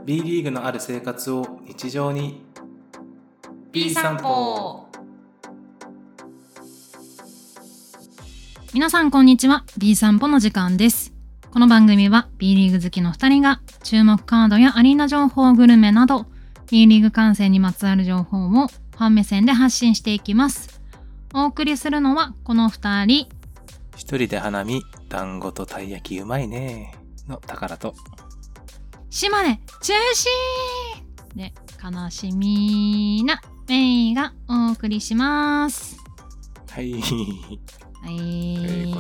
B リーグのある生活を日常に B 散歩。皆さんこんにちは。 B 散歩の時間です。この番組は B リーグ好きの2人が注目カードやアリーナ情報、グルメなど B リーグ観戦にまつわる情報をファン目線で発信していきます。お送りするのはこの2人。 一人で花見、団子とたい焼きうまいねの宝と島根中止で悲しみなメイがお送りします。 はいはい、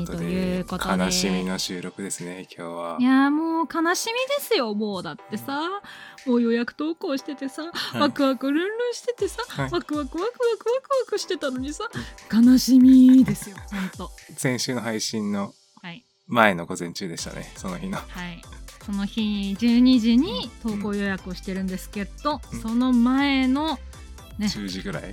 ということで悲しみの収録ですね今日は。 いやもう悲しみですよ。もうだってさ、もう予約投稿しててさ、ワクワクルンルンしててさ、ワクワクワクワクワクワクしてたのにさ、悲しみですよほんと。 先週の配信の前の午前中でしたね、その日の。 はい、その日12時に投稿予約をしてるんですけど、その前のね 10時ぐらい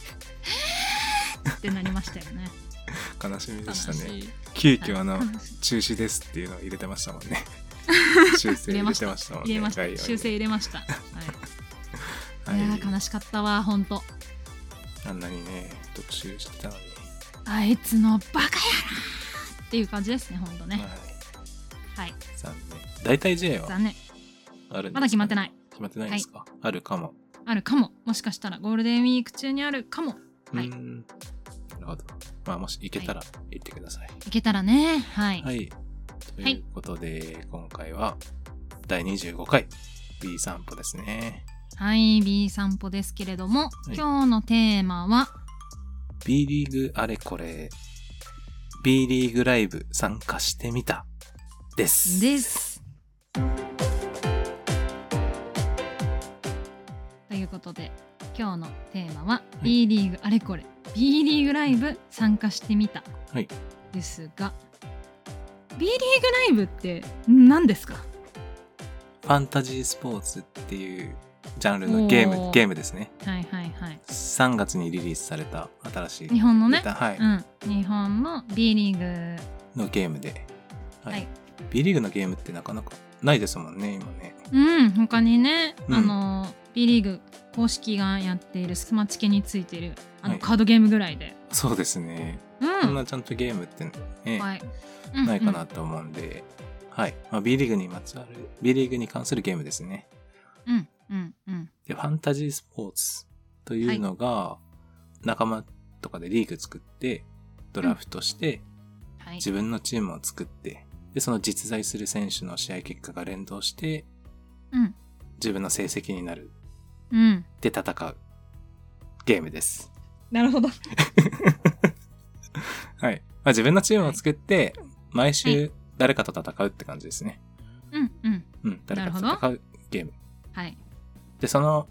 ってなりましたよね。 悲しみでしたね。急遽中止ですっていうのを入れてましたもんね。修正入れてましたもんね。 入れました。修正入れました。はい。いや悲しかったわ本当。 あんなにね特集してたのに。 あいつのバカやなっていう感じですね本当ね。はい。 残念。大体 J は残念。 あるんですかね。 まだ決まってない。 決まってないですか。あるかも。 あるかも。もしかしたらゴールデンウィーク中にあるかも。はい。 なるほど。まあもし行けたら行ってください。 行けたらね。はい。 はい。ということで、今回は第25回 B 散歩ですね。 はい、B 散歩ですけれども、今日のテーマは B リーグあれこれ B リーグライブ参加してみたです。 ということで今日のテーマは B リーグあれこれ B リーグライブ参加してみたですが、B リーグライブって何ですか？ ファンタジースポーツっていうジャンルのゲームですね。 はいはいはい。 3月にリリースされた新しい日本のね、 はい、 日本の B リーグのゲームで、 はい、 B リーグのゲームってなかなかないですもんね今ね。 他にね、B リーグ公式がやっているスマチケについているカードゲームぐらいで。 そうですね。こんなちゃんとゲームってね、ないかなと思うんで、はい。まあ、B リーグにまつわる B リーグに関するゲームですね。で、ファンタジースポーツというのが、仲間とかでリーグ作ってドラフトして、自分のチームを作って、でその実在する選手の試合結果が連動して、自分の成績になる、で戦うゲームです。 なるほど。 はい。まあ、自分のチームを作って、毎週誰かと戦うって感じですね。誰かと戦うゲーム。で、その、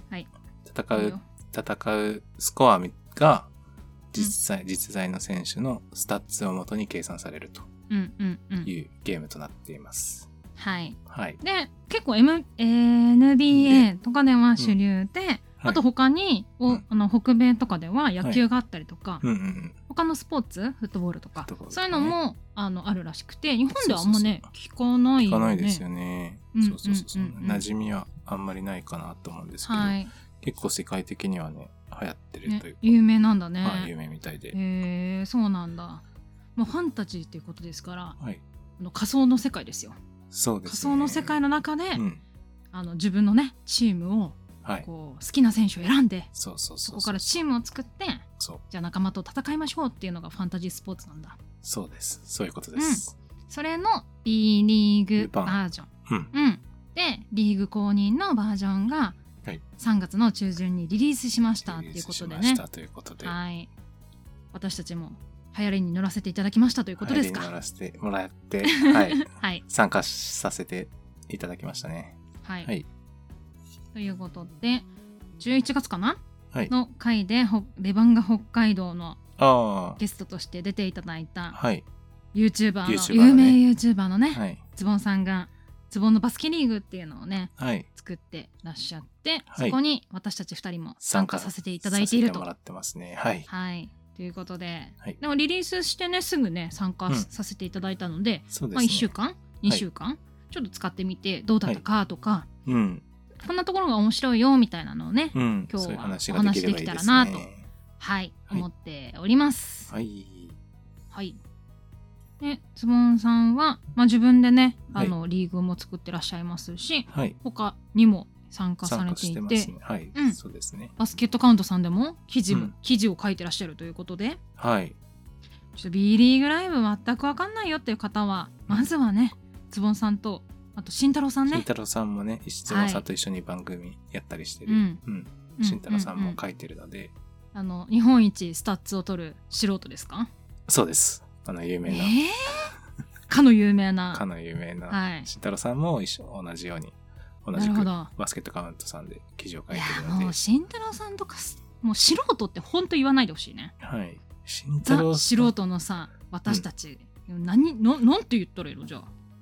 戦うスコアが実在の選手のスタッツをもとに計算されるというゲームとなっています。で、結構、NBA とかでは主流で、あと他に、北米とかでは野球があったりとか、他のスポーツ、フットボールとか、そういうのもあるらしくて、日本ではあんまね聞かないよね。聞かないですよね。馴染みはあんまりないかなと思うんですけど、結構世界的にはね流行ってるというか、 有名なんだね。 有名みたいで。 そうなんだ。もうファンタジーっていうことですから、仮想の世界ですよ。 そうですね。 仮想の世界の中で、自分のねチームをこう好きな選手を選んで、そこからチームを作って、じゃあ仲間と戦いましょうっていうのがファンタジースポーツなんだ。 そうです。そういうことです。 それの B リーグバージョン、でリーグ公認のバージョンが3月の中旬にリリースしましたっていうことでね。私たちも流行りに乗らせていただきましたということですか。 流行りに乗らせてもらって、参加させていただきましたね。ということで11月かな、の回でレバンガ北海道のゲストとして出ていただいた、YouTuber の有名 YouTuber のね、ズボンさんがズボンのバスケリーグっていうのをね、作ってらっしゃって、そこに私たち2人も参加させていただいていると。 もらってますね。 ということで、でもリリースしてねすぐね参加させていただいたので、1週間2週間ちょっと使ってみてどうだったかとか、 こんなところが面白いよみたいなのをね、 今日はお話できたらなと、 思っております。 はい。 はい。で、ズボンさんは、自分でね、リーグも作ってらっしゃいますし、他にも参加されていて、 そうですね。 バスケットカウントさんでも記事を書いてらっしゃるということで、 ちょっと B リーグライブ全く分かんないよっていう方は、まずはね、ズボンさんと、あと慎太郎さんね。 慎太郎さんもね、ズボンさんと一緒に番組やったりしてる。慎太郎さんも書いてるので。 日本一スタッツを取る素人ですか？ そうです。有名な。 かの有名な。 慎太郎さんも同じように、同じくバスケットカウントさんで記事を書いてるので。 もう慎太郎さんとか、もう素人って本当言わないでほしいね。 慎太郎さん。 素人のさ、私たち、なんて言ったらいいのじゃあ。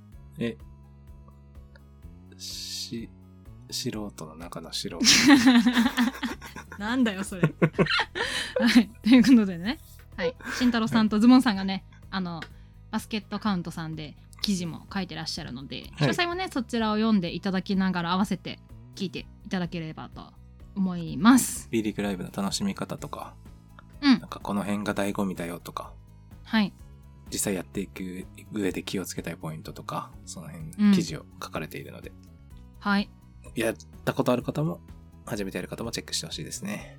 素人の中の素人。 なんだよそれ。ということでね、慎太郎さんとズボンさんがね、バスケットカウントさんで記事も書いてらっしゃるので、詳細はねそちらを読んでいただきながら合わせて聞いていただければと思います。 B リーグライブの楽しみ方とか、なんかこの辺が醍醐味だよとか、実際やっていく上で気をつけたいポイントとか、その辺の記事を書かれているので、やったことある方も初めてやる方もチェックしてほしいですね。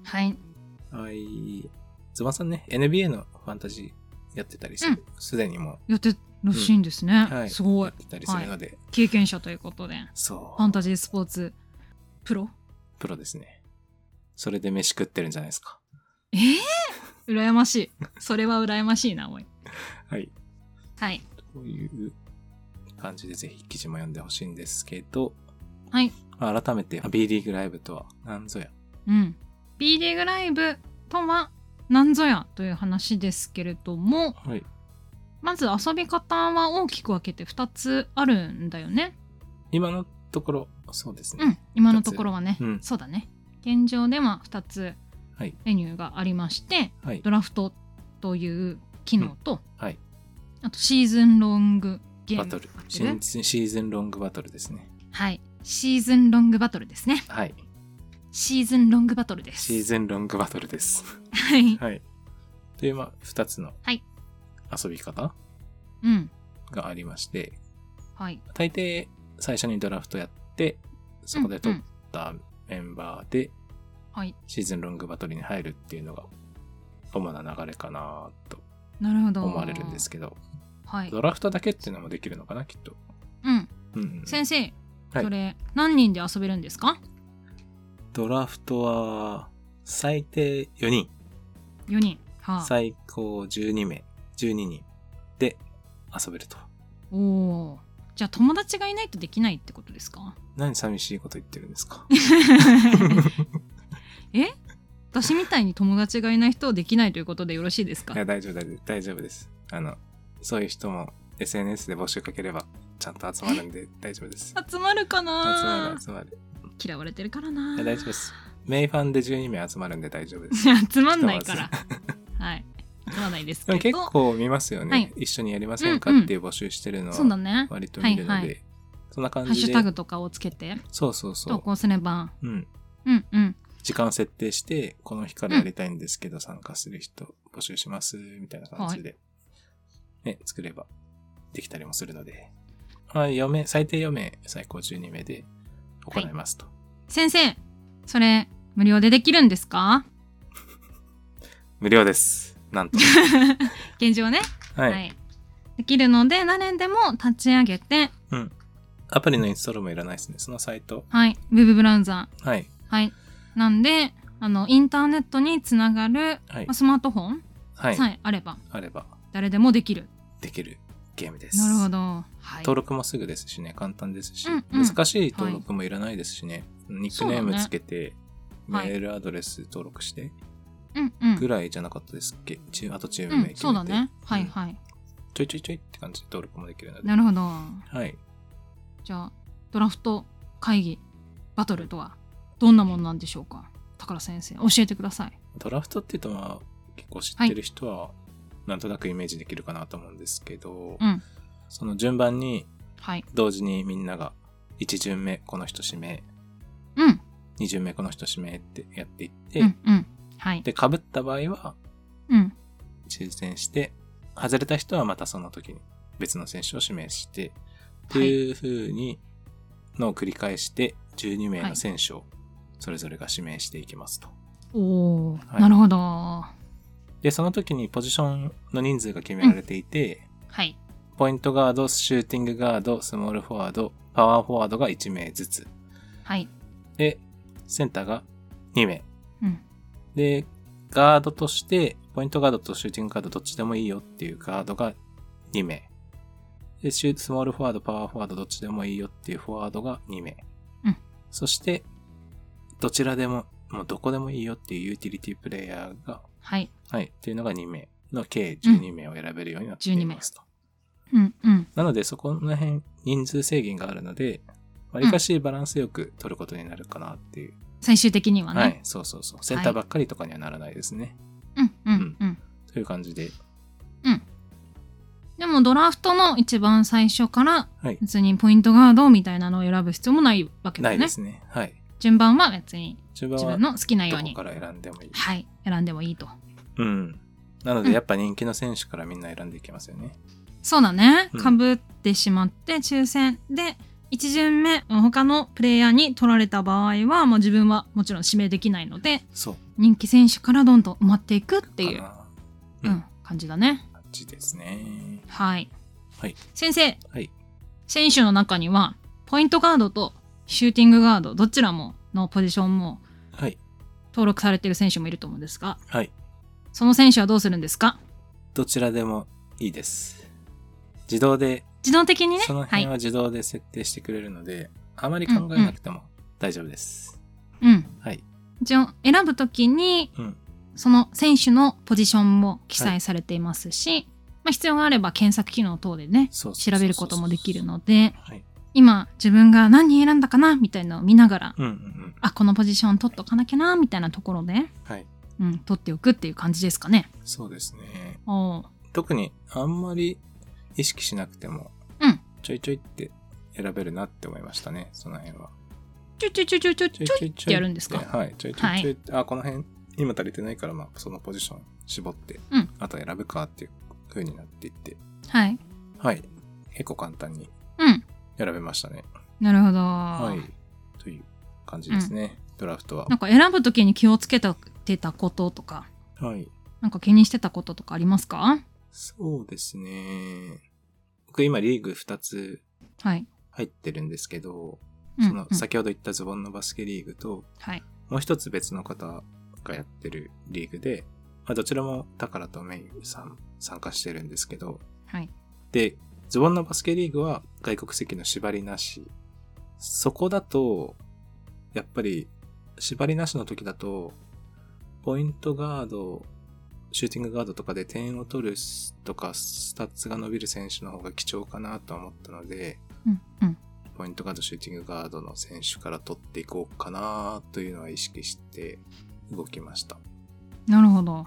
ズボンさんね、 NBA のファンタジーやってたりすでにもやってるらしいんですね。すごい。 やってたりするので、 経験者ということで、ファンタジースポーツプロですね。それで飯食ってるんじゃないですか。 羨ましい。それは羨ましいな、おい。 こういう感じでぜひ記事も読んでほしいんですけど、改めて B リーグライブとは何ぞや。 B リーグライブとは何ぞやという話ですけれども、まず遊び方は大きく分けて2つあるんだよね。 今のところそうですね。 今のところはね、そうだね。現状では2つメニューがありまして、ドラフトという機能と、あとシーズンロングゲームバトル。 シーズンロングバトルですね。 シーズンロングバトルですね。シーズンロングバトルです。 シーズンロングバトルです。という2つの遊び方がありまして、大抵最初にドラフトやって、そこで取ったメンバーでシーズンロングバトルに入るっていうのが主な流れかなと思われるんですけど、ドラフトだけっていうのもできるのかな、きっと。 先生、それ何人で遊べるんですか？ ドラフトは最低4人。 4人。 最高12人で遊べると。 じゃあ友達がいないとできないってことですか？ 何寂しいこと言ってるんですか？ 私みたいに友達がいない人はできないということでよろしいですか？ いや、大丈夫です。そういう人も SNS で募集かければちゃんと集まるんで大丈夫です。 集まるかな？ 集まる。 嫌われてるからな。 いや、大丈夫です。メイファンで12名集まるんで大丈夫です。 集まんないから。集まんないですけど。 結構見ますよね。一緒にやりませんかっていう募集してるのは割と見るので、そんな感じで。 ハッシュタグとかをつけて投稿すれば。 時間設定して、この日からやりたいんですけど、参加する人募集します、みたいな感じで、作ればできたりもするので、最低4名、最高12名で行いますと。 先生、それ、無料でできるんですか？ 無料です。なんと。 現状ね。できるので、誰でも立ち上げて。 アプリのインストールもいらないですね、そのサイト。 ウェブブラウザー。なんで、インターネットにつながる、スマートフォンさえあれば、誰でもできるゲームです。 なるほど。 登録もすぐですしね、簡単ですし、難しい登録もいらないですしね、ニックネームつけて、メールアドレス登録して、ぐらいじゃなかったですっけ？あとチーム名決めて。 そうだね。 ちょいって感じで登録もできるので。 なるほど。じゃあ、ドラフト会議バトルとはどんなものなんでしょうか？宝先生、教えてください。 ドラフトって言うと結構知ってる人はなんとなくイメージできるかなと思うんですけど、その順番に同時にみんなが1巡目この人指名、 2巡目この人指名ってやっていって、 はい、 で、被った場合は、抽選して、外れた人はまたその時に別の選手を指名して、っていう風にのを繰り返して、12名の選手をそれぞれが指名していきますと。 おー、なるほど。 で、その時にポジションの人数が決められていて、ポイントガード、シューティングガード、スモールフォワード、パワーフォワードが1名ずつ。で、センターが2名。で、ガードとして、ポイントガードとシューティングガードどっちでもいいよっていうガードが2名。で、スモールフォワード、パワーフォワードどっちでもいいよっていうフォワードが2名。そして、どちらでも、もうどこでもいいよっていうユーティリティプレイヤーが、っていうのが2名の計12名を選べるようになっていますと。なので、そこの辺、人数制限があるので、わりかしバランスよく取ることになるかなっていう。 最終的にはね。 そう。センターばっかりとかにはならないですね。という感じで。 でもドラフトの一番最初から別にポイントガードみたいなのを選ぶ必要もないわけだよね。 ないですね。 順番は別に自分の好きなように。 どこから選んでもいい。 選んでもいいと。 なのでやっぱ人気の選手からみんな選んでいきますよね。 そうだね。被ってしまって抽選で1巡目他のプレイヤーに取られた場合はもう自分はもちろん指名できないので、人気選手からどんどん埋まっていくっていう感じだね。 感じですね。 先生、選手の中にはポイントガードとシューティングガードどちらものポジションも登録されている選手もいると思うんですが、その選手はどうするんですか？ どちらでもいいです。自動的にね。その辺は自動で設定してくれるので、あまり考えなくても大丈夫です。一応選ぶときに、その選手のポジションも記載されていますし、必要があれば検索機能等でね、調べることもできるので、今自分が何人選んだかなみたいなのを見ながら、このポジション取っとかなきゃなみたいなところで、取っておくっていう感じですかね。 そうですね。特にあんまり意識しなくても、ちょいちょいって選べるなって思いましたね、その辺は。 ちょいってやるんですか？ ちょいちょい。この辺今足りてないから、そのポジション絞って、あと選ぶかっていう風になっていって。結構簡単に選べましたね。 なるほど。 という感じですね、ドラフトは。 なんか選ぶときに気をつけてたこととか、なんか気にしてたこととかありますか？ そうですね。僕今リーグ2つ入ってるんですけど、その先ほど言ったズボンのバスケリーグと、もう一つ別の方がやってるリーグで、どちらもタカラとメイさん参加してるんですけど、で、ズボンのバスケリーグは外国籍の縛りなし。そこだと、やっぱり縛りなしの時だと、ポイントガード、シューティングガードとかで点を取るとかスタッツが伸びる選手の方が貴重かなと思ったので、ポイントガード、シューティングガードの選手から取っていこうかなというのは意識して動きました。 なるほど。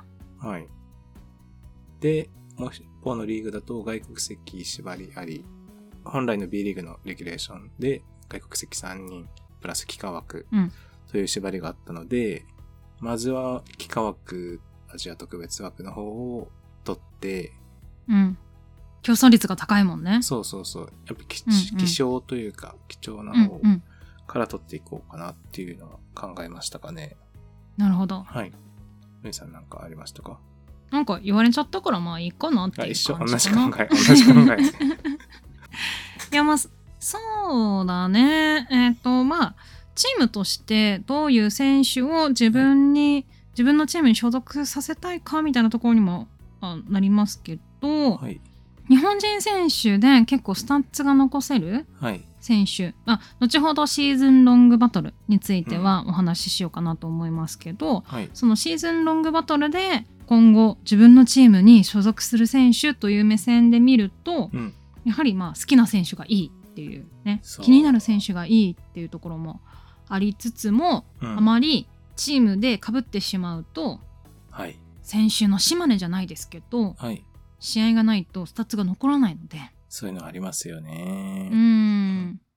で、もう一方のリーグだと外国籍縛りあり、本来の B リーグのレギュレーションで外国籍3人プラス幾何枠という縛りがあったので、まずは幾何枠アジア特別枠の方を取って、 競争率が高いもんね。 そう。やっぱ希少というか貴重な方から取っていこうかなっていうのは考えましたかね。 なるほど。 ルイさんなんかありましたか？ なんか言われちゃったからいいかなっていう感じかな。 同じ考え。 いやそうだね。チームとしてどういう選手を自分のチームに所属させたいかみたいなところにもなりますけど、日本人選手で結構スタッツが残せる選手、後ほどシーズンロングバトルについてはお話ししようかなと思いますけど、そのシーズンロングバトルで今後自分のチームに所属する選手という目線で見ると、やはり好きな選手がいいっていうね、気になる選手がいいっていうところもありつつも、あまりチームで被ってしまうと、先週の島根じゃないですけど、試合がないとスタッツが残らないので、 そういうのありますよね。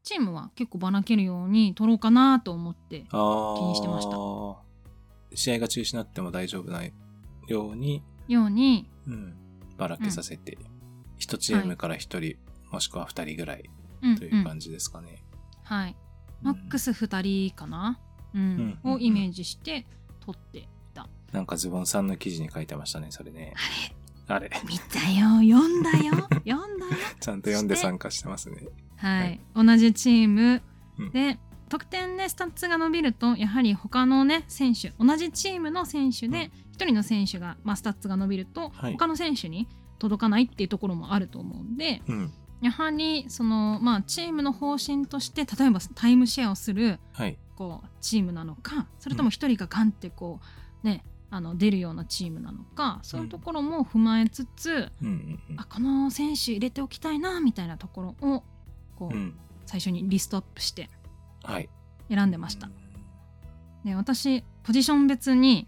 チームは結構ばらけるように取ろうかなと思って気にしてました。 試合が中止になっても大丈夫なように、ばらけさせて、1チームから1人、もしくは2人ぐらいという感じですかね。 はい。マックス2人かな、をイメージして取っていた。 なんかズボンさんの記事に書いてましたね、それね。あれ見たよ、読んだよちゃんと読んで参加してますね。 はい、同じチームで、得点でスタッツが伸びるとやはり他のね選手、同じチームの選手で1人の選手が、スタッツが伸びると、他の選手に届かないっていうところもあると思うんで、やはりその、チームの方針として例えばタイムシェアをする、こうチームなのか、それとも1人がガンってこうね出るようなチームなのか、そういうところも踏まえつつ、この選手入れておきたいなみたいなところをこう、最初にリストアップして選んでました。で、私ポジション別に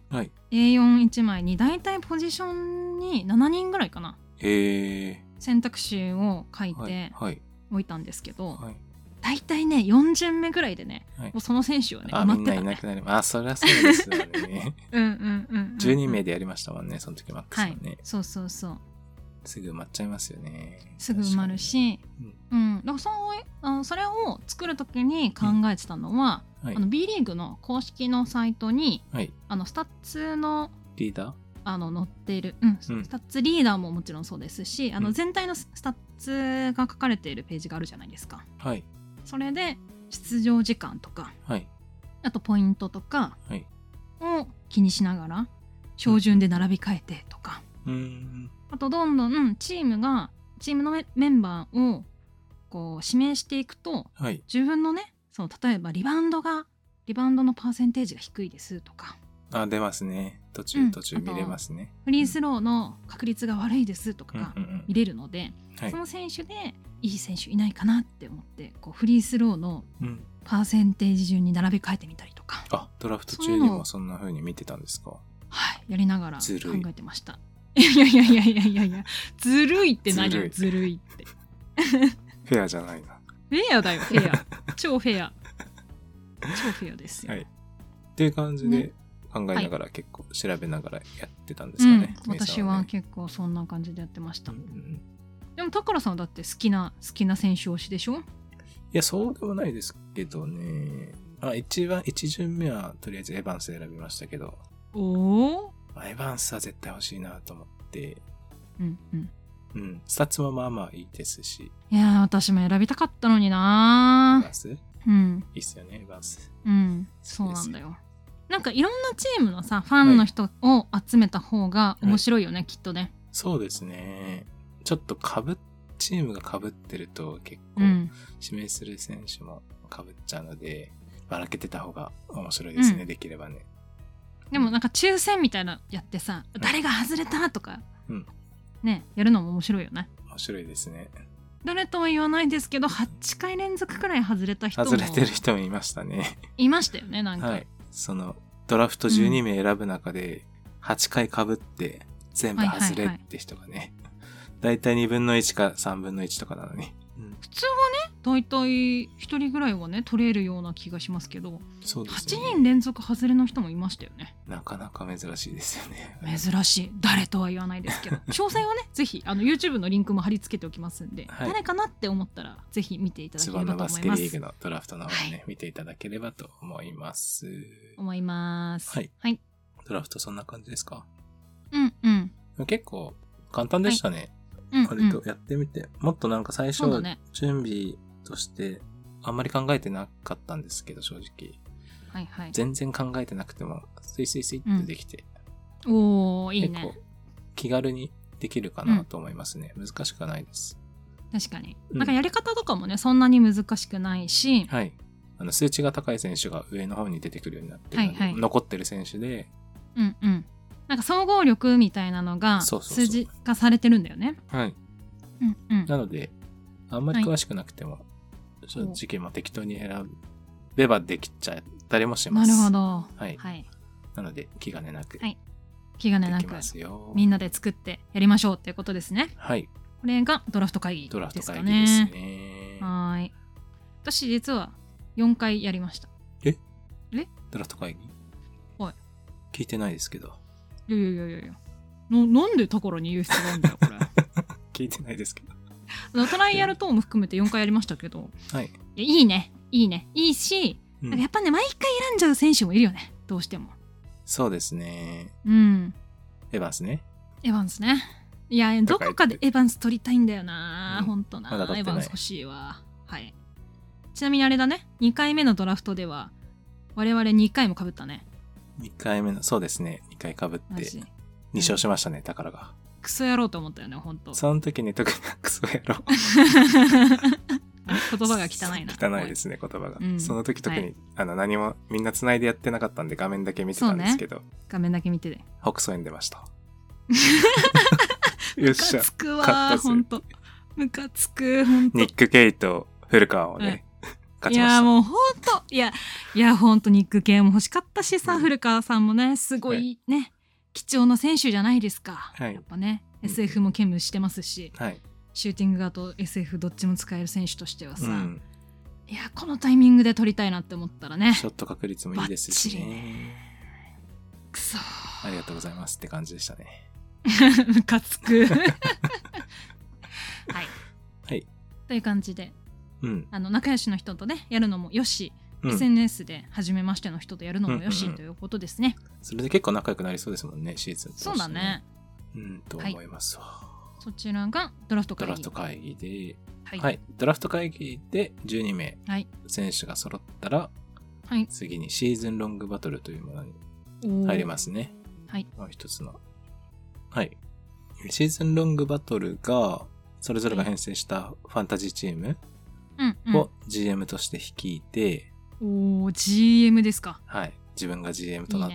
A41 枚にだいたいポジションに7人ぐらいかな、選択肢を書いておいたんですけど、だいたいね4巡目ぐらいでね、もうその選手はね埋まってたね。 みんないなくなります。そりゃそうですよね。12名でやりましたもんね、その時マックスはね。 そうそうそう。 すぐ埋まっちゃいますよね。 すぐ埋まるし、だからそれを作る時に考えてたのは、B リーグの公式のサイトに、スタッツのリーダー載っている、スタッツリーダーももちろんそうですし、全体のスタッツが書かれているページがあるじゃないですか。それで出場時間とか、あとポイントとかを気にしながら照準で並び替えてとか、あとどんどんチームのメンバーをこう指名していくと、自分のね、例えばリバウンドのパーセンテージが低いですとか、 出ますね。途中見れますね。 フリースローの確率が悪いですとかが見れるので、その選手でいい選手いないかなって思って、こうフリースローのパーセンテージ順に並び替えてみたりとか、 ドラフト中にもそんな風に見てたんですか？ やりながら考えてました。いやずるいって何よ、ずるいってフェアじゃないな。 フェアだよ、フェア超フェアですよ。 っていう感じで考えながら、結構調べながらやってたんですかね。 私は結構そんな感じでやってました。でも宝さんはだって好きな選手推しでしょ？いや、そうでもないですけどね。1巡目はとりあえずエヴァンス選びましたけど、エヴァンスは絶対欲しいなと思って、スタッツもまあまあいいですし。 いや、私も選びたかったのにな。 エヴァンス？いいっすよね、エヴァンス。 そうなんだよ。なんかいろんなチームのさ、ファンの人を集めた方が面白いよね、きっとね。 そうですね。ちょっとチームが被ってると結構指名する選手も被っちゃうので、ばらけてた方が面白いですね、できればね。 でもなんか抽選みたいなやってさ、誰が外れたとかね、やるのも面白いよね。 面白いですね。 誰とは言わないですけど、8回連続くらい外れた人も外れてる人もいましたね。 いましたよね、なんか。 そのドラフト12名選ぶ中で8回被って全部外れって人がね、だいたい2分の1か3分の1とかなのに、 普通はね、だいたい1人ぐらいはね取れるような気がしますけど、 そうですね、 8人連続外れの人もいましたよね。 なかなか珍しいですよね。 珍しい。誰とは言わないですけど、詳細はねぜひYouTube のリンクも貼り付けておきますんで、誰かなって思ったらぜひ見ていただければと思います。 ズボンのバスケリーグのドラフトの方をね、見ていただければと思います。はい。ドラフトそんな感じですか？結構簡単でしたね。割とやってみて、もっとなんか最初準備としてあんまり考えてなかったんですけど、正直全然考えてなくてもスイスイスイってできて、いいね。結構気軽にできるかなと思いますね。難しくはないです。 確かに、なんかやり方とかもねそんなに難しくないし、 数値が高い選手が上の方に出てくるようになってるので、残ってる選手で、なんか総合力みたいなのが数字化されてるんだよね。なのであんまり詳しくなくても、正直も適当に選べばできちゃったりもします。なるほど。なので気兼ねなくみんなで作ってやりましょうっていうことですね。これがドラフト会議ですかね。 ドラフト会議ですね。 私実は4回やりました。 えドラフト会議？ はい。 聞いてないですけど。 いや。なんで宝に言う必要があるんだよ、これ。 聞いてないですけど。 トライアルトーンも含めて4回やりましたけど。 はい。 いいね。いいし、なんかやっぱね、毎回選んじゃう選手もいるよね。どうしても。 そうですね。 うん。 エヴァンスね。 エヴァンスね。いや、どこかでエヴァンス取りたいんだよな、ほんとな。エヴァンス欲しいわ。はい。ちなみにあれだね。2回目のドラフトでは、我々2回も被ったね。 2回目の、そうですね。2回被って、2勝しましたね、宝が。 クソ野郎と思ったよね、ほんと。 その時に特にクソ野郎。 言葉が汚いな。 汚いですね、言葉が。その時特に、何もみんな繋いでやってなかったんで画面だけ見てたんですけど。 画面だけ見てて。 北総園出ました。 よっしゃ。ムカつくわ、ほんと。ムカつく、ほんと。 ニック・ケイと古川をね、勝ちました。 いや、もうほんと。いや、ほんとニック・ケイも欲しかったしさ、古川さんもね、すごいね、貴重な選手じゃないですか。やっぱね、SF も兼務してますし。シューティング側と SF どっちも使える選手としてはさ、いやこのタイミングで取りたいなって思ったらね、 ショット確率もいいですしね。 くそありがとうございますって感じでしたね。 ムカつくはい、という感じで、仲良しの人とねやるのもよし、SNS で初めましての人とやるのもよし、ということですね。 それで結構仲良くなりそうですもんね、シーズンとしてね。 そうだね。 と思いますわ。 そちらがドラフト会議。 ドラフト会議で、ドラフト会議で12名選手が揃ったら、次にシーズンロングバトルというものに入りますね。もう一つの。シーズンロングバトルが、それぞれが編成したファンタジーチームを GM として率いて、 GM ですか。 自分が GM となって、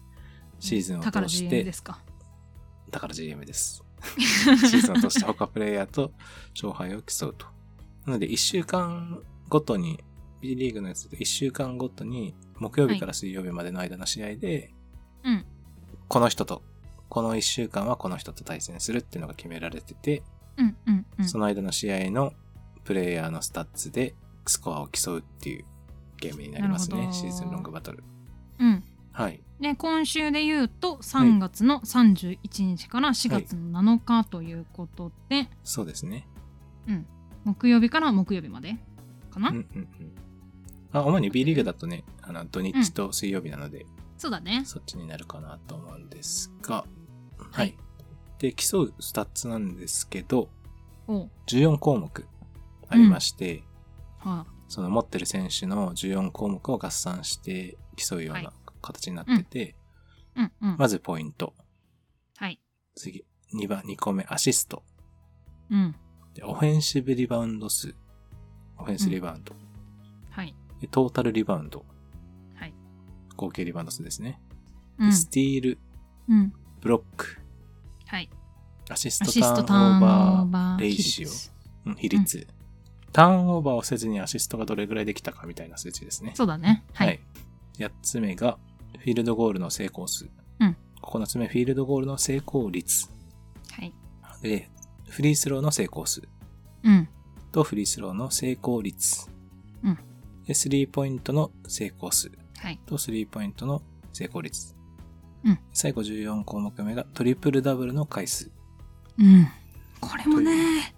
シーズンを通して、 宝 GM ですか。 宝 GM です。シーズンを通して他プレイヤーと勝敗を競うと。なので1週間ごとに、B リーグのやつで1週間ごとに木曜日から水曜日までの間の試合で、この人と、この1週間はこの人と対戦するっていうのが決められてて、その間の試合のプレイヤーのスタッツでスコアを競うっていうゲームになりますね。シーズンロングバトル。 で今週で言うと3月の31日から4月の7日ということで、 そうですね。 木曜日から木曜日までかな。 主に B リーグだとね、土日と水曜日なので、 そうだね。 そっちになるかなと思うんですが、で競うスタッツなんですけど、14項目ありまして、その持ってる選手の14項目を合算して競うような形になってて、まずポイント。次、2個目、アシスト。でオフェンシブリバウンド数。オフェンスリバウンド。でトータルリバウンド。合計リバウンド数ですね。スティール。ブロック。アシストターンオーバーレイシオ。比率。ターンオーバーをせずにアシストがどれぐらいできたかみたいな数値ですね。 そうだね。 8つ目が、フィールドゴールの成功数。9つ目、フィールドゴールの成功率。で、フリースローの成功数。と、フリースローの成功率。で、スリーポイントの成功数。と、スリーポイントの成功率。最後14項目目が、トリプルダブルの回数。 これもね、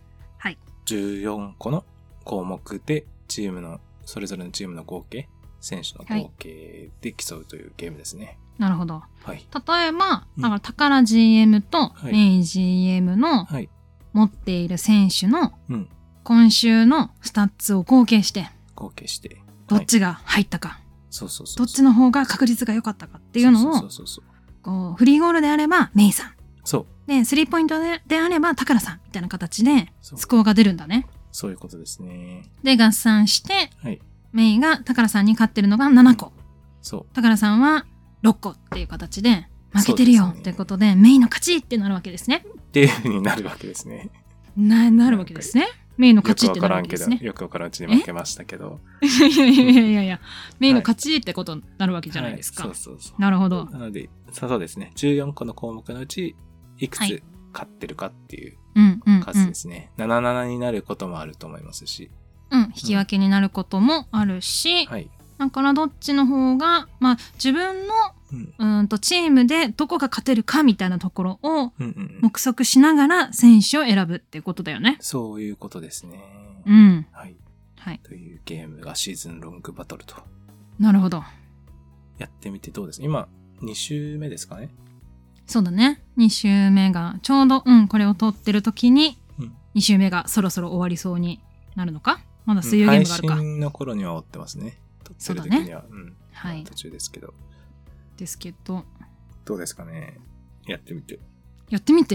14個の項目で、それぞれのチームの合計、選手の合計で競うというゲームですね。 なるほど。例えば、だから宝 GM とメイ GM の持っている選手の今週のスタッツを合計して、どっちが入ったか、どっちの方が確率が良かったかっていうのを、フリーゴールであればメイさん。で、スリーポイントであれば宝さんみたいな形でスコアが出るんだね。 そういうことですね。 で、合算して、メイが宝さんに勝ってるのが7個。宝さんは6個っていう形で負けてるよっていうことで、メイの勝ちってなるわけですね。 っていう風になるわけですね。 なるわけですね。メイの勝ちってなるわけですね。 よくわからんうちに負けましたけど。 いや、メイの勝ちってことになるわけじゃないですか。なるほど。 なので、そうですね。14個の項目のうち、いくつ勝ってるかっていう数ですね。77になることもあると思いますし。 引き分けになることもあるし、はい、だからどっちの方が、自分の、チームでどこが勝てるかみたいなところを目測しながら選手を選ぶっていうことだよね。 そういうことですね。はい。 はい。 というゲームがシーズンロングバトルと。 なるほど。 やってみてどうですか？今、2週目ですかね？ そうだね。2週目が、ちょうど、これを撮ってる時に、2週目がそろそろ終わりそうになるのか？まだ水曜ゲームがあるか。 配信の頃には終わってますね。撮ってる時には。はい。途中ですけど。 ですけど。 どうですかね？やってみて。 やってみて？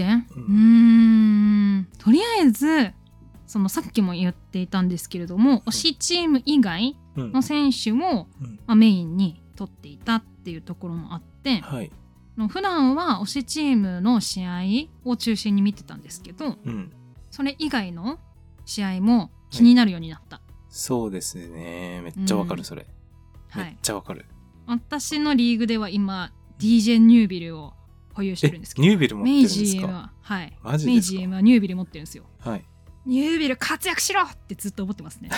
とりあえず、さっきも言っていたんですけれども、推しチーム以外の選手を、メインに取っていたっていうところもあって、はい、普段は推しチームの試合を中心に見てたんですけど、それ以外の試合も気になるようになった。はい、 そうですね。めっちゃわかる、それ。めっちゃわかる。 私のリーグでは今、DJ ニュービルを保有してるんですけど。 ニュービル持ってるんですか？ メイジーは、はい。 マジですか？ メイジーはニュービル持ってるんですよ。 はい。 ニュービル活躍しろってずっと思ってますね。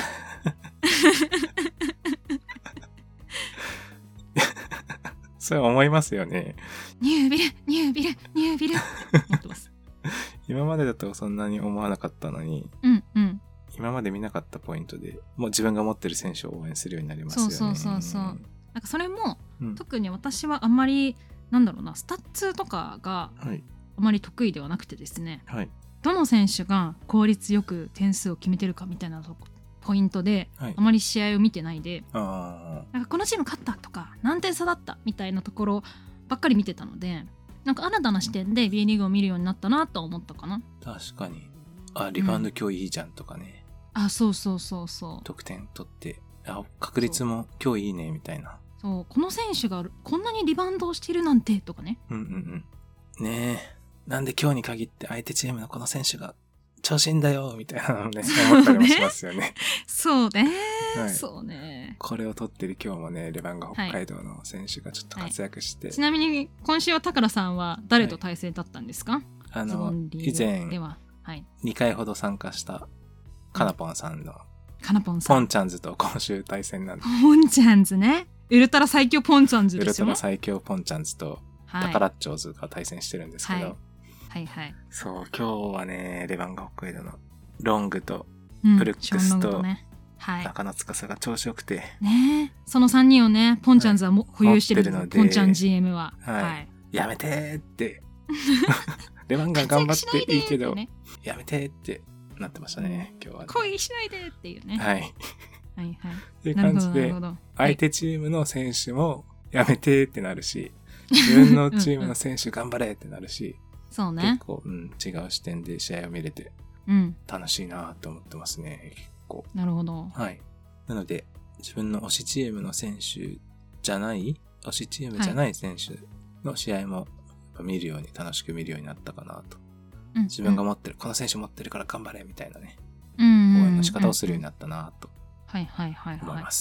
それ思いますよね。 ニュービルって思ってます。 今までだとそんなに思わなかったのに、今まで見なかったポイントでもう自分が持ってる選手を応援するようになりますよね。 そう。なんかそれも、特に私はあんまりスタッツとかがあまり得意ではなくてですね、はい、どの選手が効率よく点数を決めてるかみたいなポイントで、はい、あまり試合を見てないで、なんかこのチーム勝ったとか何点差だったみたいなところばっかり見てたので、なんか新たな視点で B リーグを見るようになったなと思ったかな。 確かに。リバウンド今日いいじゃんとかね。 そう。 得点取って、確率も今日いいねみたいな。 そう、この選手がこんなにリバウンドをしているなんてとかね。 ねえ、なんで今日に限って相手チームのこの選手が調子いいんだよみたいなのね、思ったりもしますよね。 そうね、 はい、 そうね。 これを取ってる今日もね、レバンガ北海道の選手がちょっと活躍して、 ちなみに今週は高良さんは誰と対戦だったんですか？ 以前2回ほど参加したカナポンさんのポンちゃんズと今週対戦なんで。 ポンちゃんズね。ウルトラ最強ポンちゃんズですよ。 ウルトラ最強ポンちゃんズとタカラッチョーズが対戦してるんですけど、そう、今日はね、レバンガ北海道のロングとブルックスと中野司が調子よくて、 ね、その3人をね、ポンちゃんズは保有してるので、ポンちゃん GM は、 やめてーってレバンガ頑張っていいけど、やめてーってなってましたね、今日はね。 恋しないでっていうね。 っていう感じで、相手チームの選手もやめてってなるし、自分のチームの選手頑張れってなるし、 そうね。 結構、違う視点で試合を見れて、楽しいなと思ってますね、結構。 なるほど。 はい。なので、自分の推しチームの選手じゃない、推しチームじゃない選手の試合もやっぱ見るように、楽しく見るようになったかなと。自分が持ってる、この選手持ってるから頑張れみたいなね、応援の仕方をするようになったなと思います。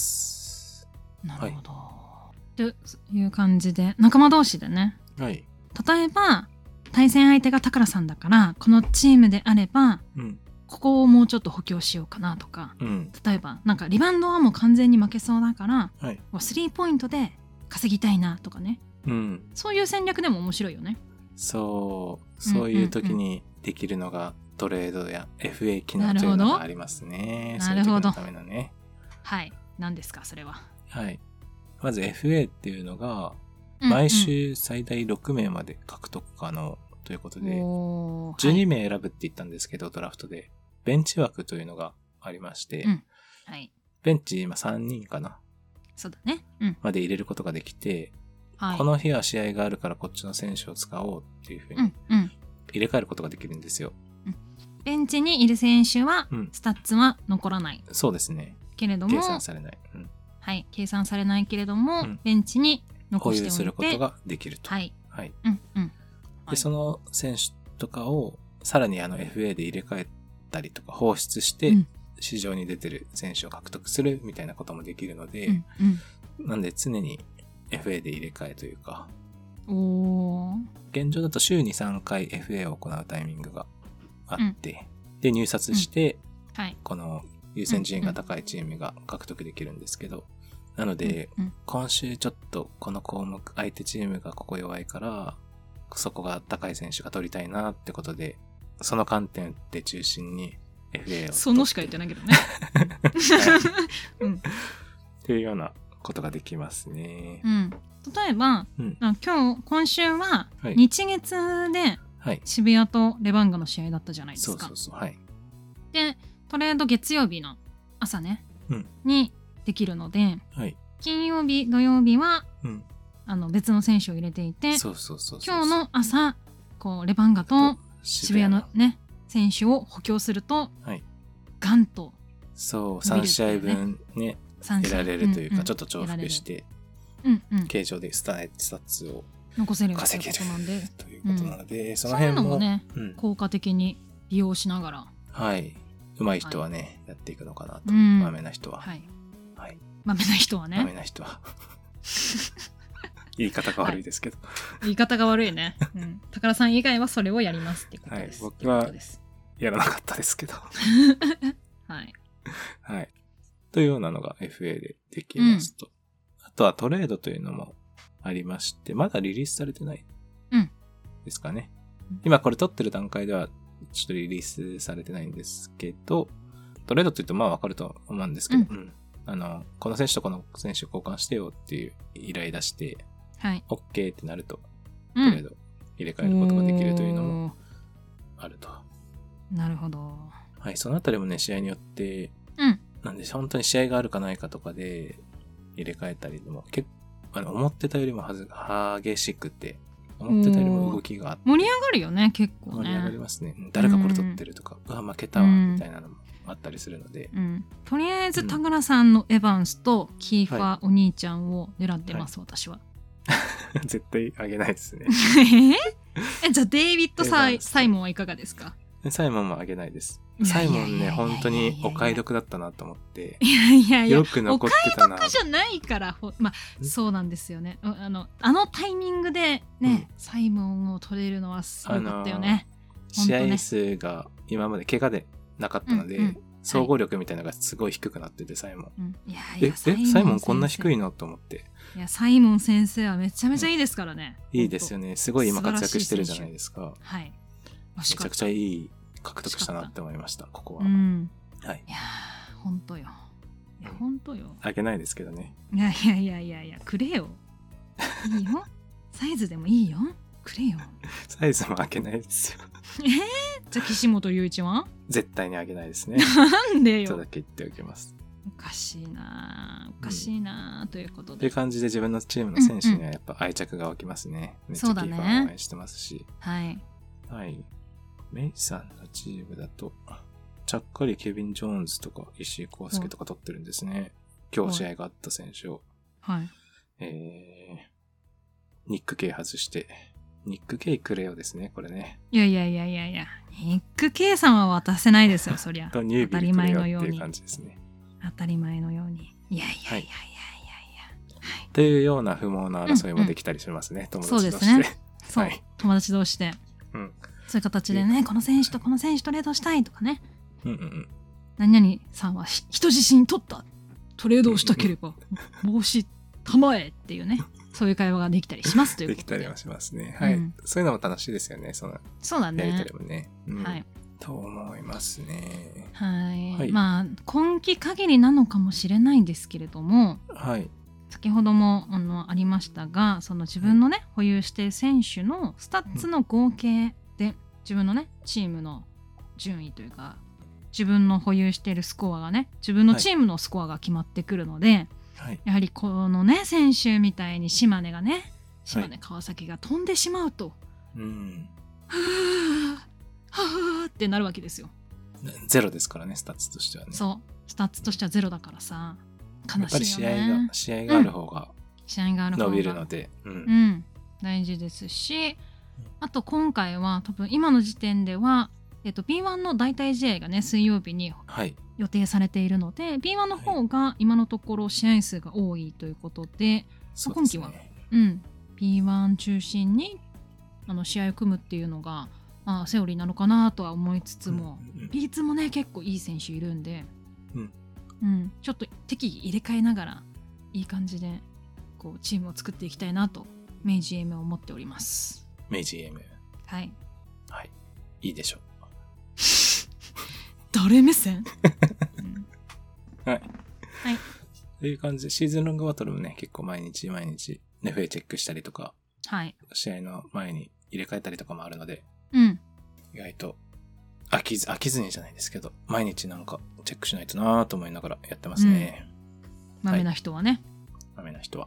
なるほど。という感じで、仲間同士でね、例えば対戦相手が高良さんだからこのチームであれば、ここをもうちょっと補強しようかなとか、例えばなんかリバウンドはもう完全に負けそうだから、スリーポイントで稼ぎたいなとかね、そういう戦略でも面白いよね。 そういう時にできるのがトレードや FA 機能というのがありますね。 なるほど。 そういう時のためのね。 はい。何ですかそれは。 はい。まず FA っていうのが毎週最大6名まで獲得可能ということで、12名選ぶって言ったんですけど、ドラフトでベンチ枠というのがありまして、ベンチ今3人かな。 そうだね。 まで入れることができて、この日は試合があるからこっちの選手を使おうっていうふうに入れ替えることができるんですよ。 ベンチにいる選手はスタッツは残らない。 そうですね。 けれども計算されない。 はい、計算されないけれども、ベンチに残しておいて保有することができると。で、その選手とかをさらにFA で入れ替えたりとか放出して市場に出てる選手を獲得するみたいなこともできるので、なんで常にFA で入れ替えというか、現状だと週に3回 FA を行うタイミングがあって、で入札して、この優先順位が高いチームが獲得できるんですけど、なので、今週ちょっとこの項目、相手チームがここ弱いから、そこが高い選手が取りたいなってことで、その観点で中心に FA を。 そのしか言ってないけどね。 っていうようなことができますね。 例えば、今週は日月で渋谷とレバンガの試合だったじゃないですか。で、トレード月曜日の朝ね、にできるので、金曜日土曜日は、別の選手を入れていて、今日の朝こうレバンガと渋谷のね選手を補強すると、ガンと、 3試合分ね得られるというか、ちょっと重複して、形状でスタッツを残せるということなんで、 その辺もね、効果的に利用しながら、 上手い人はね、やっていくのかなと。まめな人は。 まめな人はね。 まめな人は。言い方が悪いですけど。 言い方が悪いね。宝さん以外はそれをやりますってことです。 僕はやらなかったですけど。というようなのが FA でできますと。あとはトレードというのもありまして、まだリリースされてないですかね。今これ撮ってる段階ではちょっとリリースされてないんですけど、トレードって言うとまあわかると思うんですけど、この選手とこの選手交換してよっていう依頼出して、OK ってなると、トレード入れ替えることができるというのもあると。 なるほど。 そのあたりもね、試合によって、なんで本当に試合があるかないかとかで入れ替えたりでも、思ってたよりも激しくて、思ってたよりも動きがあって。 盛り上がるよね、結構ね。 盛り上がりますね。誰がこれ取ってるとか、負けたわ、みたいなのもあったりするので。 とりあえず、宝さんのエヴァンスとキーファーお兄ちゃんを狙ってます、私は。 絶対あげないですね。 じゃあ、デイビッド・サイモンはいかがですか？ サイモンもあげないです。サイモンね、本当にお買い得だったなと思って。よく残ってたな。 お買い得じゃないから、そうなんですよね。あのタイミングでね、サイモンを取れるのはすごかったよね。 試合数が今まで怪我でなかったので、総合力みたいなのがすごい低くなってて、サイモン。サイモンこんな低いのと思って。 いや、サイモン先生はめちゃめちゃいいですからね。 いいですよね。すごい今活躍してるじゃないですか。めちゃくちゃいい獲得したなって思いました、ここは。いやー、ほんとよ。いや、ほんとよ。 あげないですけどね。 いや、くれよ。いいよ。サイズでもいいよ。くれよ。 サイズもあげないですよ。 じゃあ岸本隆一は絶対にあげないですね。 なんでよ。 ちょっとだけ言っておきます。 おかしいなということで。 という感じで自分のチームの選手にはやっぱ愛着が湧きますね。めっちゃキーパー応援してますし。メイさんのチームだと、ちゃっかりケビン・ジョーンズとか石井康介とか取ってるんですね。今日試合があった選手を。ニック・ケイ外して、ニック・ケイくれよですね、これね。 いや。ニック・ケイさんは渡せないですよ、そりゃ。当たり前のように。 っていう感じですね。 当たり前のように。いや。 というような不毛な争いもできたりしますね、友達同士で。 そうですね。そう、友達同士で。そういう形でね、この選手とこの選手トレードしたいとかね。何々さんは人自身取った。トレードをしたければ帽子構えっていうね、そういう会話ができたりしますということで。 できたりはしますね。そういうのも楽しいですよね。 そうだね。 やりたりもね。と思いますね。 まあ今季限りなのかもしれないんですけれども、先ほどもありましたが、その自分のね、保有している選手のスタッツの合計で自分のねチームの順位というか、自分の保有しているスコアがね、自分のチームのスコアが決まってくるので、やはりこのね選手みたいに島根川崎が飛んでしまうと、はぁってなるわけですよ。 ゼロですからね、スタッツとしてはね。 そう、スタッツとしてはゼロだからさ、悲しいよね。 やっぱり試合がある方が伸びるので、 大事ですし、あと今回は多分今の時点では、B1 の代替試合がね水曜日に予定されているので、B1 の方が今のところ試合数が多いということで、今期は、B1 中心に試合を組むっていうのが、セオリーなのかなとは思いつつも、B2 もね結構いい選手いるんで、 ちょっと適宜入れ替えながらいい感じでこうチームを作っていきたいなと明治 AM を思っております。 明治 AM。 はいはいいいでしょう。 誰目線はいはいという感じでシーズンロングバトルもね結構毎日ネフェチェックしたりとか、試合の前に入れ替えたりとかもあるので、意外と飽きずにじゃないですけど毎日なんかチェックしないとなと思いながらやってますね。 まめな人はね。 まめな人は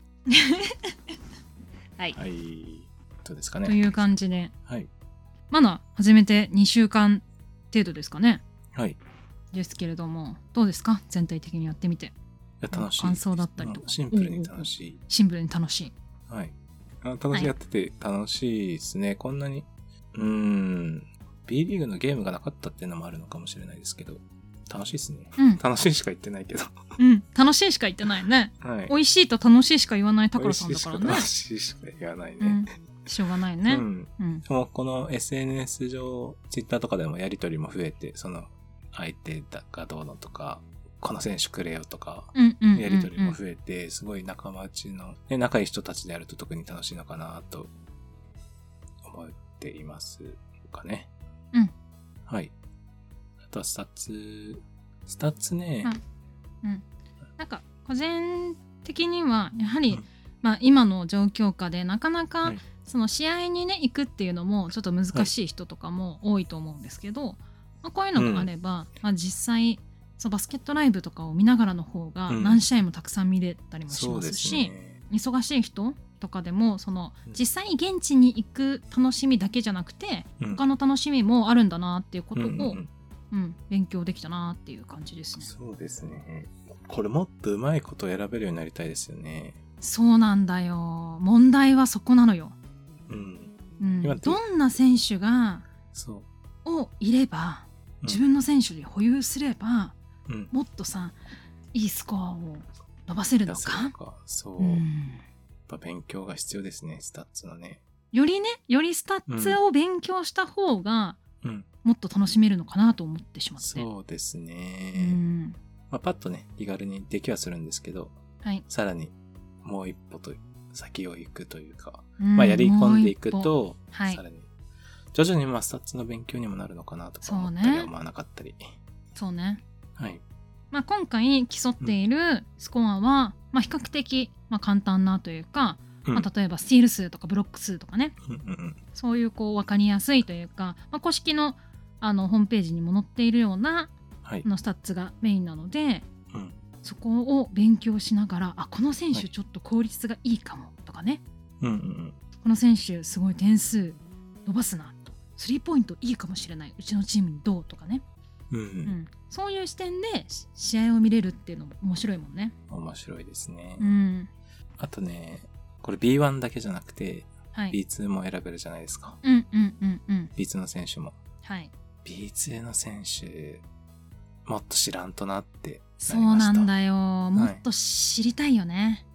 はい。 どうですかね。 という感じで、 はい。 まだ始めて2週間程度ですかね。 はい。 ですけれども、どうですか全体的にやってみて。 いや楽しい。 感想だったりとか。 シンプルに楽しい。 シンプルに楽しい。 はい。楽しいやってて楽しいですね。こんなに。B リーグのゲームがなかったっていうのもあるのかもしれないですけど、楽しいですね。楽しいしか言ってないけど。 楽しいしか言ってないね。 はい。 美味しいと楽しいしか言わないタカラさんだからね。 楽しいしか言わないね。 しょうがないね。 この SNS 上、Twitter とかでもやりとりも増えて、その相手がどうのとか、この選手くれよとか、やりとりも増えて、すごい仲間内の、仲いい人たちでやると特に楽しいのかなと思っていますかね。はい。あとはスタッツね。 なんか個人的にはやはり、今の状況下でなかなかその試合にね行くっていうのもちょっと難しい人とかも多いと思うんですけど、こういうのがあれば、実際そうバスケットライブとかを見ながらの方が何試合もたくさん見れたりもしますし、忙しい人とかでもその実際に現地に行く楽しみだけじゃなくて、他の楽しみもあるんだなっていうことを、勉強できたなっていう感じですね。 そうですね。これもっとうまいことを選べるようになりたいですよね。 そうなんだよ。問題はそこなのよ。どんな選手がをいれば、自分の選手で保有すれば、もっとさいいスコアを伸ばせるのか。 そう、やっぱ勉強が必要ですね。スタッツのね。 よりスタッツを勉強した方が、もっと楽しめるのかなと思ってしまって。そうですね。パッとね気軽にできはするんですけど、さらにもう一歩と先を行くというか、やり込んでいくと、さらに徐々にスタッツの勉強にもなるのかなとか思ったり思わなかったり。 そうね。 はい。 今回競っているスコアは、比較的、簡単なというか、例えばスティール数とかブロック数とかね、そういう分かりやすいというか、公式のホームページにも載っているような、スタッツがメインなので、そこを勉強しながら、この選手ちょっと効率がいいかもとかね、この選手すごい点数伸ばすなと、スリーポイントいいかもしれない、うちのチームにどうとかね、そういう視点で試合を見れるっていうのも面白いもんね。 面白いですね。あとね、これ B1 だけじゃなくて、B2 も選べるじゃないですか。B2 の選手も。B2 の選手もっと知らんとなってなりました。 そうなんだよ。もっと知りたいよね。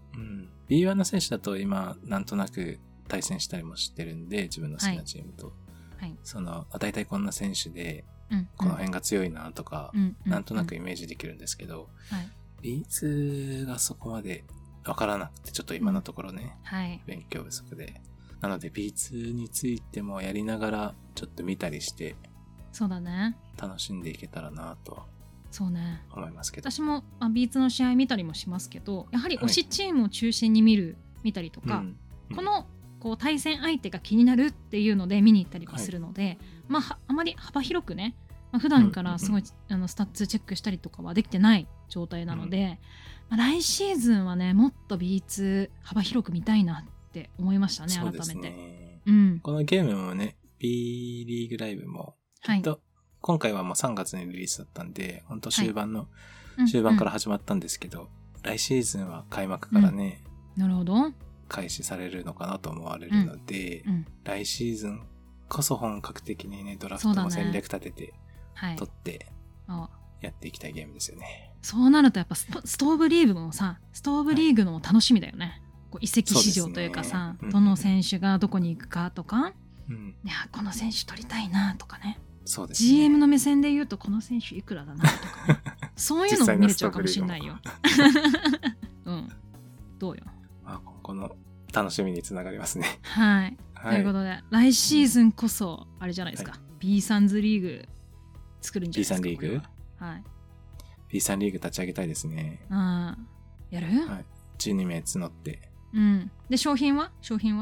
B1 の選手だと今なんとなく対戦したりもしてるんで、自分の好きなチームと、その大体こんな選手でこの辺が強いなとか、なんとなくイメージできるんですけど、B2 がそこまで分からなくて、ちょっと今のところね、勉強不足で。なので B2 についてもやりながらちょっと見たりして、 そうだね。 楽しんでいけたらなと思いますけど。 私もB2 の試合見たりもしますけど、やはり推しチームを中心に見たりとか、この対戦相手が気になるっていうので見に行ったりもするので、あまり幅広くね、普段からすごいスタッツチェックしたりとかはできてない状態なので、来シーズンはねもっと B2 幅広く見たいなって思いましたね。改めて。そうですね。 このゲームもね B リーグライブもきっと今回はもう3月にリリースだったんで、本当終盤から始まったんですけど、来シーズンは開幕からね、 なるほど、 開始されるのかなと思われるので、来シーズンこそ本格的にねドラフトも戦略立てて取ってやっていきたいゲームですよね。 そうなるとやっぱストーブリーグもさ、ストーブリーグの楽しみだよね。移籍市場というかさ、どの選手がどこに行くかとか、いやこの選手取りたいなとかね。そうですね。GM の目線で言うとこの選手いくらだなとかね。 そういうのも見れちゃうかもしれないよ。うん。どうよ。 この楽しみにつながりますね。 はい。ということで、来シーズンこそ、あれじゃないですか。B サンズリーグ作るんじゃないですか。 B サンリーグ？はい。B サンリーグ立ち上げたいですね。 やる？はい。 12名募って。 うん。で、商品か。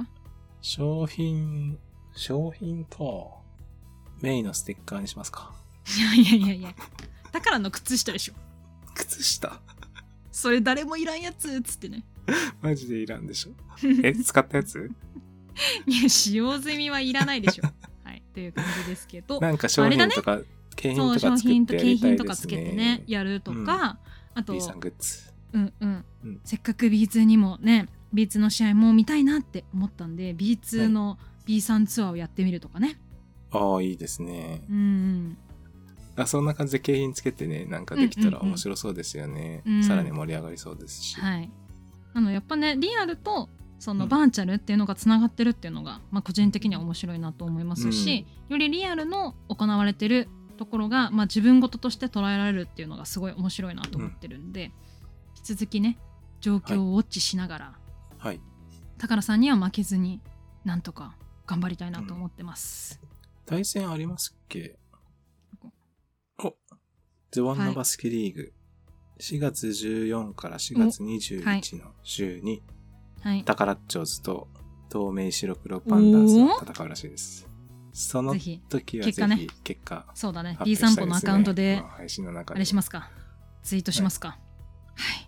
メイのステッカーにしますか。 いや。だからの靴下でしょ。 靴下それ誰もいらんやつっつってね。 マジでいらんでしょ。使ったやつ？ いや、使用済みはいらないでしょ。はい。という感じですけど。 なんか商品とか、景品とか作ってやりたいですね。 景品とかつけてね、やるとか、あと、 B さんグッズ。 せっかく B2 にもね、B2 の試合も見たいなって思ったんで、B2 の B3 ツアーをやってみるとかね。 いいですね。そんな感じで景品つけてね、なんかできたら面白そうですよね。さらに盛り上がりそうですし。 はい。やっぱね、リアルとそのバーチャルっていうのがつながってるっていうのが、個人的には面白いなと思いますし、よりリアルの行われてるところが、自分事として捉えられるっていうのがすごい面白いなと思ってるんで、引き続きね、状況をウォッチしながら、宝さんには負けずになんとか頑張りたいなと思ってます。 対戦ありますっけ？ズボンのバスケリーグ、4月14から4月21の週に、タカラッチョーズと東名白黒パンダーズが戦うらしいです。その時はぜひ結果そうだね。B 散歩のアカウントであれしますか。ツイートしますか。はい。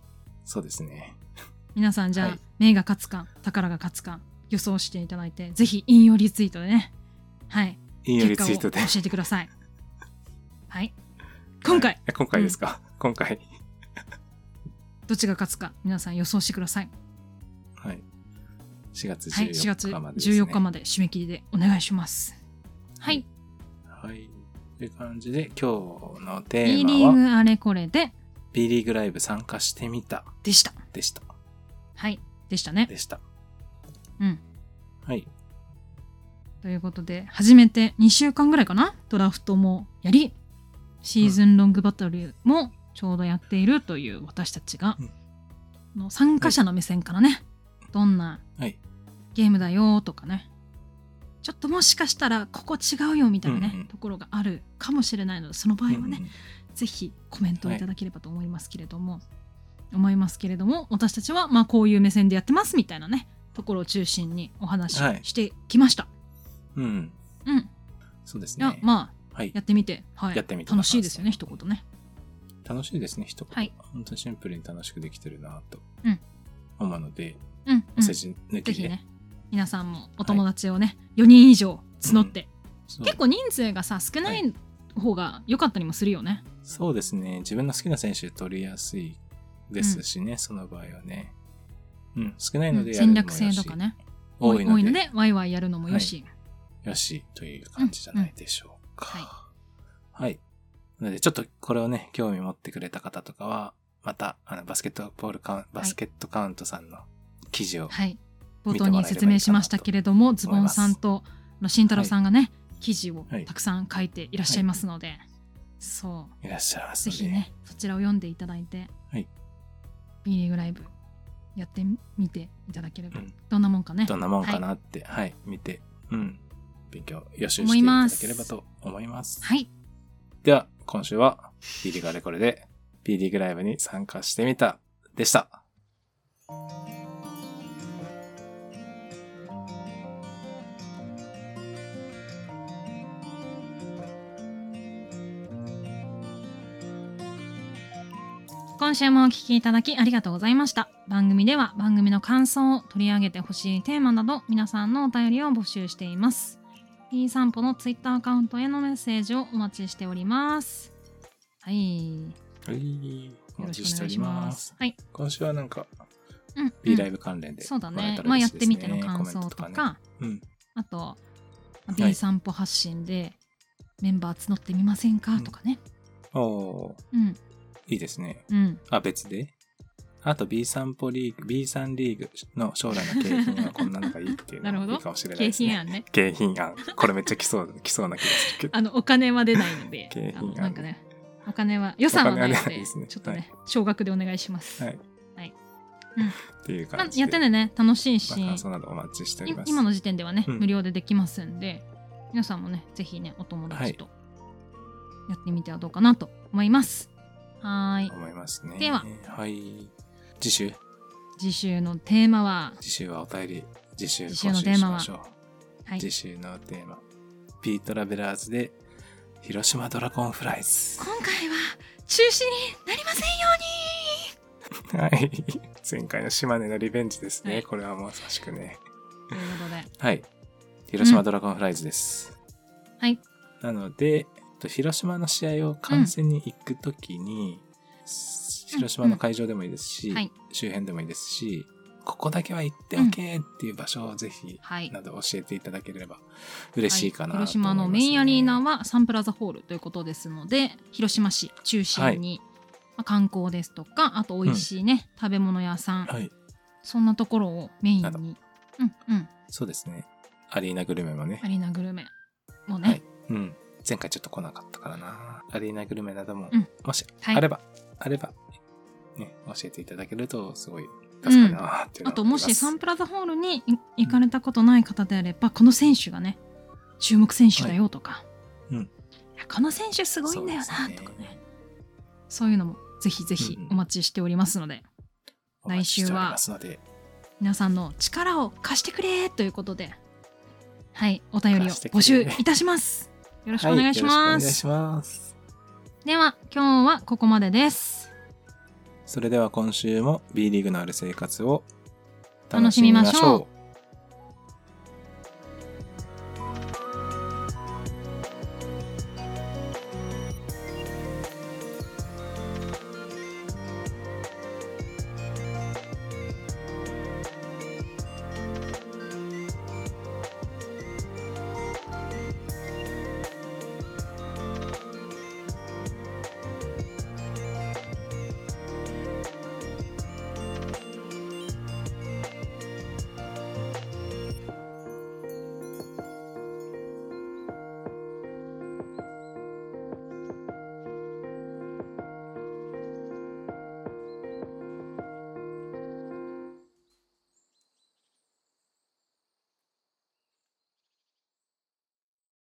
そうですね。 皆さんじゃあ、メイが勝つか、宝が勝つか予想していただいて、ぜひ引用リツイートでね。はい。 引用リツイートで教えてください。はい。今回ですか。今回。 どっちが勝つか皆さん予想してください。 はい。4月14日までですね。 4月14日まで締め切りでお願いします。はい。 はい。という感じで今日のテーマは B リーグあれこれで B リーグライブ参加してみたでした。はい。でしたね。うん。 はい。 ということで初めて2週間ぐらいかな、ドラフトもやり、シーズンロングバトルもちょうどやっているという私たちが、の参加者の目線からね、どんなゲームだよとかね、ちょっともしかしたらここ違うよみたいなね、ところがあるかもしれないので、その場合はね、ぜひコメントをいただければと思いますけれども、私たちはこういう目線でやってますみたいなねところを中心にお話ししてきました。 そうですね。 やってみて、楽しいですよね、一言ね。 楽しいですね、一言。本当にシンプルに楽しくできてるなと思うので、お世辞抜きでぜひね、皆さんもお友達をね、4人以上募って、結構人数が少ない方が良かったりもするよね。 そうですね、自分の好きな選手取りやすいですしね、その場合はね。少ないのでやるのもよし、 戦略性とかね、多いのでワイワイやるのもよし。 よしという感じじゃないでしょうか。はい。なのでちょっとこれをね、興味持ってくれた方とかは、またバスケットカウントさんの記事を冒頭に説明しましたけれども、ズボンさんと慎太郎さんがね、記事をたくさん書いていらっしゃいますので、 いらっしゃいますぜひね、そちらを読んでいただいて、B リーグライブやってみていただければ、どんなもんかね、 どんなもんかなって、見て、勉強予習していただければと思います。 はい。 では今週は B リーグあれこれで B リーグライブに参加してみたでした。 今週もお聞きいただきありがとうございました。番組では番組の感想を取り上げてほしいテーマなど皆さんのお便りを募集しています。B 散歩のツイッターアカウントへのメッセージをお待ちしております。はい。 お待ちしております。今週はなんか、B ライブ関連で、 そうだね。やってみての感想とか、あと B 散歩発信でメンバー募ってみませんかとかね。 いいですね。別で。あと B 散歩リーグ、B 散リーグの将来の景品はこんなのがいいっていうのがいいかもしれないですね。 景品案ね。 景品案。これめっちゃ来そうな気がするけど。 お金は出ないので。 景品案。 なんかね、 お金は予算はないので、 ですね、 ちょっとね、少額でお願いします。 はい。 はい。 っていう感じで、 やってね、楽しいし、 感想などお待ちしております。 今の時点ではね、無料でできますんで、皆さんもね、ぜひね、お友達とやってみてはどうかなと思います。はい。 思いますね。 では、 はい。次週のテーマは、 次週はお便り、次週のテーマは、 はい、次週のテーマ、ピートラベラーズで広島ドラゴンフライズ。 今回は中止になりませんように。 はい。前回の島根のリベンジですね。はい、これはまさしくね。 ということで。 はい。広島ドラゴンフライズです。 はい。 なので、広島の試合を観戦に行くときに、広島の会場でもいいですし、周辺でもいいですし、ここだけは行っておけっていう場所をぜひ、など教えていただければ嬉しいかなと思いますね。 広島のメインアリーナはサンプラザホールということですので、広島市中心に、観光ですとか、あと美味しいね、食べ物屋さん、そんなところをメインに。 そうですね。アリーナグルメもね。 アリーナグルメもね。 前回ちょっと来なかったからな。アリーナグルメなども、もしあれば、ね、教えていただけるとすごい助かるなっていうの、 あともしサンプラザホールに行かれたことない方であれば、この選手がね、注目選手だよとか、この選手すごいんだよなとかね、そういうのもぜひぜひお待ちしておりますので、来週は皆さんの力を貸してくれということで、はい、お便りを募集いたします。よろしくお願いします。では今日はここまでです。 それでは今週も B リーグのある生活を楽しみましょう。